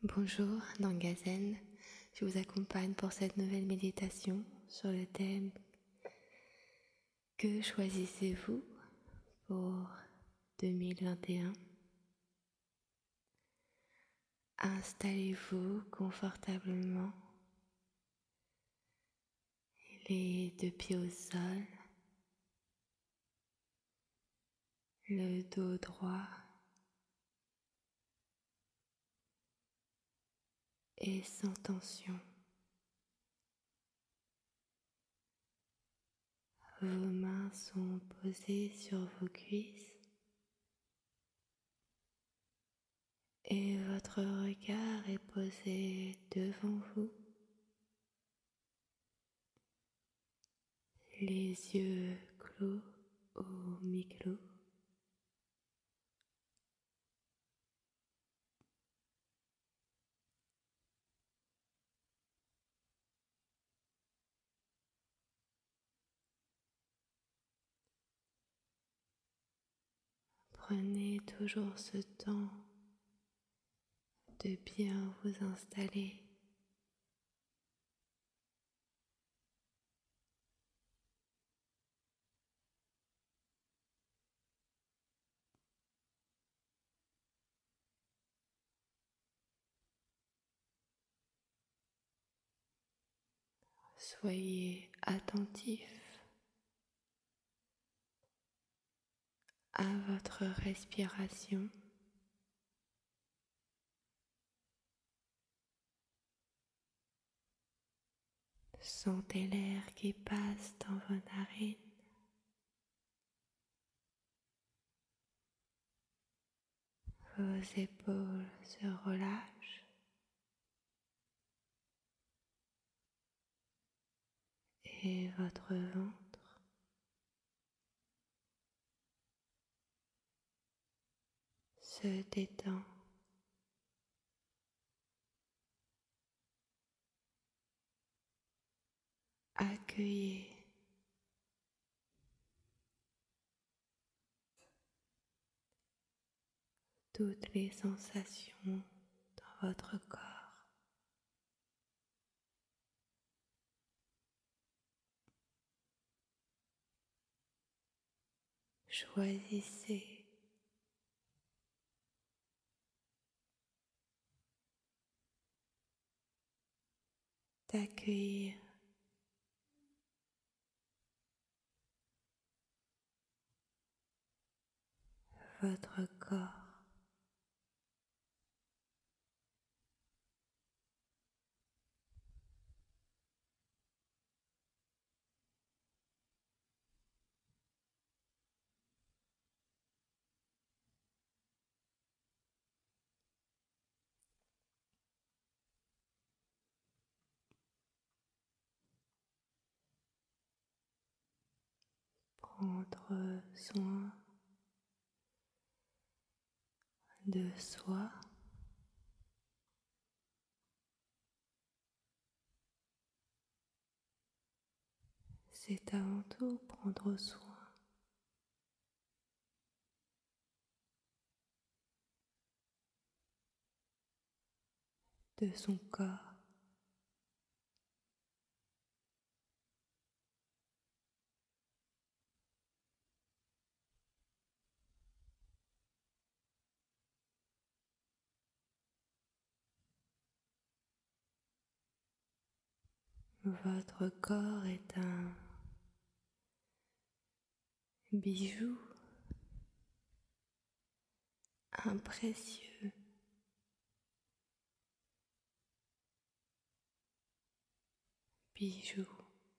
Bonjour, dans Gazen, je vous accompagne pour cette nouvelle méditation sur le thème Que choisissez-vous pour 2021? Installez-vous confortablement, les deux pieds au sol, le dos droit et sans tension. Vos mains sont posées sur vos cuisses et votre regard est posé devant vous, les yeux clos ou mi-clos. Prenez toujours ce temps de bien vous installer. Soyez attentif à votre respiration. Sentez l'air qui passe dans vos narines. Vos épaules se relâchent et votre ventre se détend. Accueillez toutes les sensations dans votre corps. Choisissez d'accueillir votre corps. Prendre soin de soi, c'est avant tout prendre soin de son corps. Votre corps est un bijou, un précieux bijou.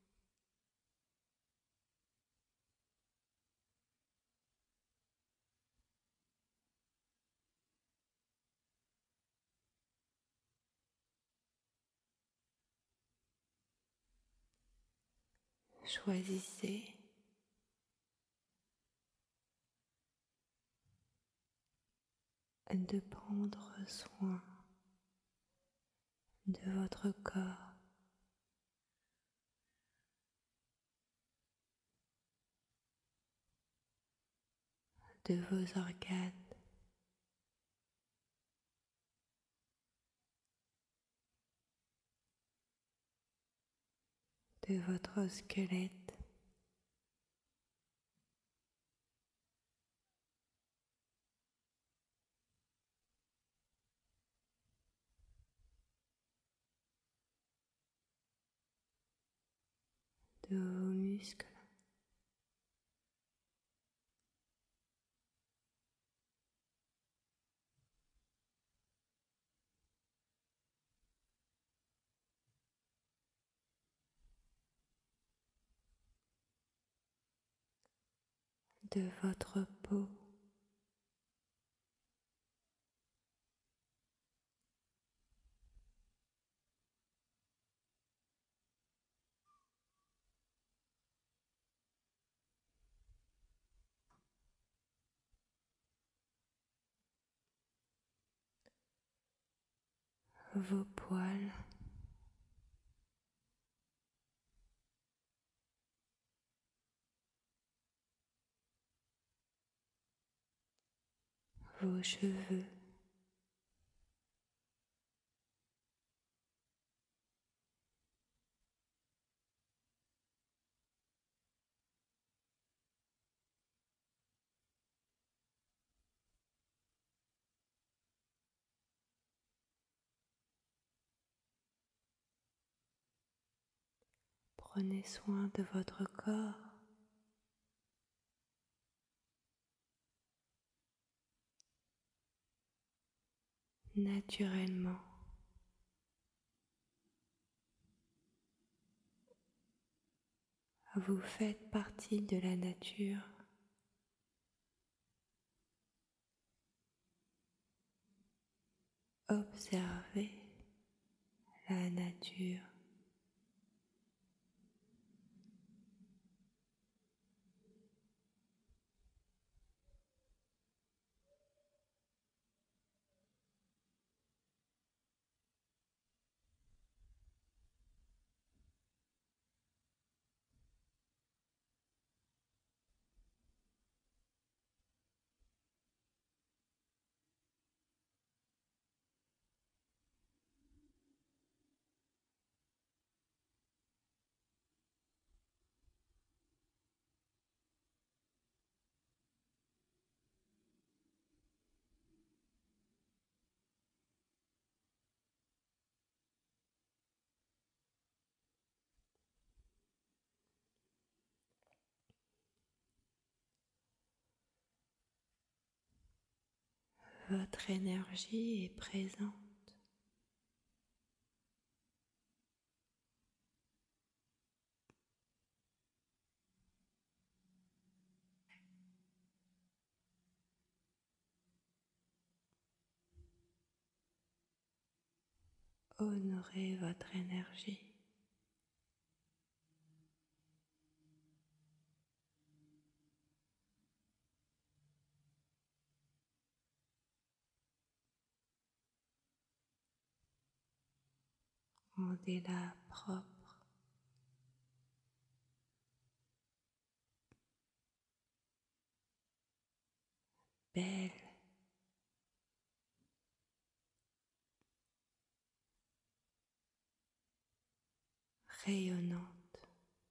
Choisissez de prendre soin de votre corps, de vos organes, de votre squelette, de vos muscles, de votre peau, vos poils, vos cheveux, prenez soin de votre corps naturellement. Vous faites partie de la nature. Observez la nature. Votre énergie est présente. Honorez votre énergie. Rendez-la propre, belle, rayonnante.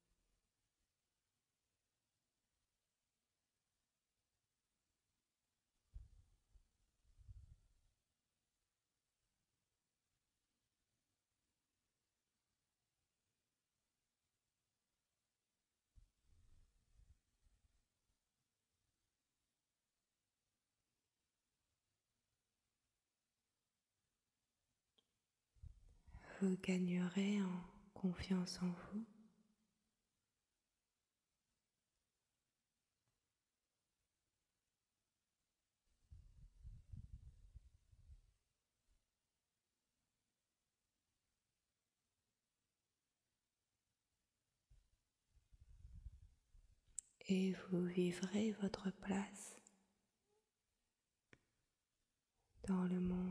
Vous gagnerez en confiance en vous. Et vous vivrez votre place dans le monde.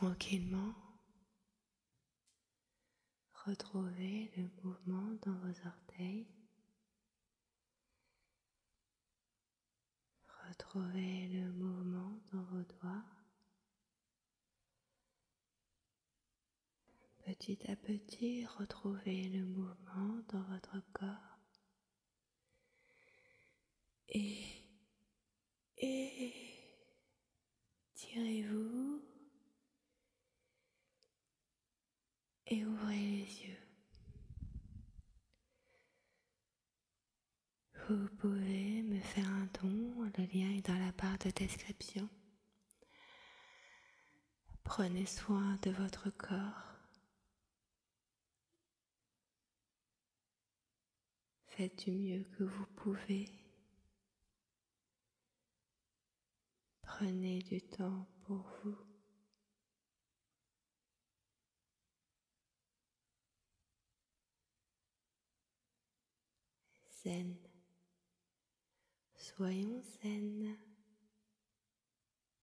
tranquillement, retrouvez le mouvement dans vos orteils. Retrouvez le mouvement dans vos doigts. Petit à petit, retrouvez le mouvement dans votre corps. Et tirez-vous et ouvrez les yeux. Vous pouvez me faire un don, le lien est dans la barre de description. Prenez soin de votre corps. Faites du mieux que vous pouvez. Prenez du temps pour vous. Zen. Soyons zen.